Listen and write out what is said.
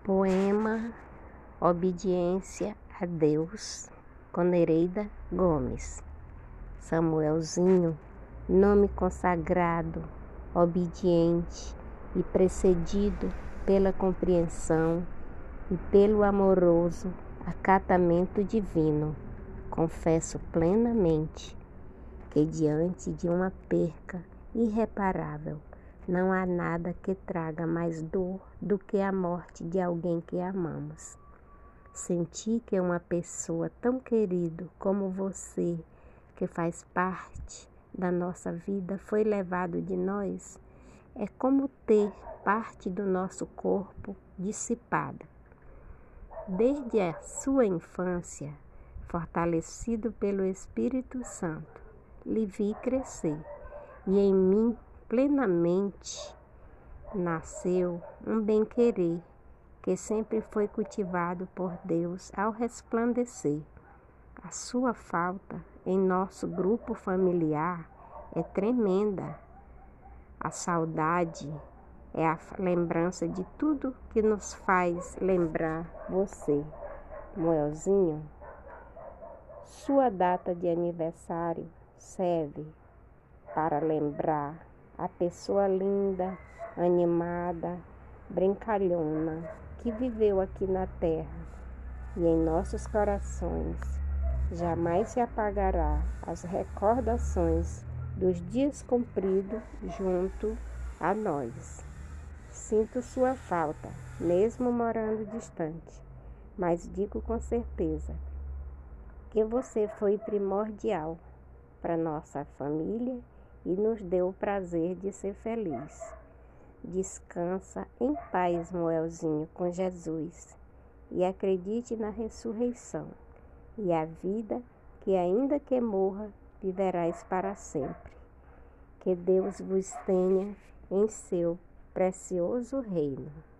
Poema Obediência a Deus, com Nereida Gomes. Samuelzinho, nome consagrado, obediente e precedido pela compreensão e pelo amoroso acatamento divino, confesso plenamente que diante de uma perca irreparável não há nada que traga mais dor do que a morte de alguém que amamos. Sentir que uma pessoa tão querida como você, que faz parte da nossa vida, foi levado de nós, é como ter parte do nosso corpo dissipada. Desde a sua infância, fortalecido pelo Espírito Santo, lhe vi crescer e em mim plenamente nasceu um bem-querer que sempre foi cultivado por Deus ao resplandecer. A sua falta em nosso grupo familiar é tremenda. A saudade é a lembrança de tudo que nos faz lembrar você. Moelzinho, sua data de aniversário serve para lembrar a pessoa linda, animada, brincalhona que viveu aqui na terra, e em nossos corações jamais se apagará as recordações dos dias cumpridos junto a nós. Sinto sua falta, mesmo morando distante, mas digo com certeza que você foi primordial para nossa família e nos deu o prazer de ser feliz. Descansa em paz, Moelzinho, com Jesus, e acredite na ressurreição e a vida que, ainda que morra, viverás para sempre. Que Deus vos tenha em seu precioso reino.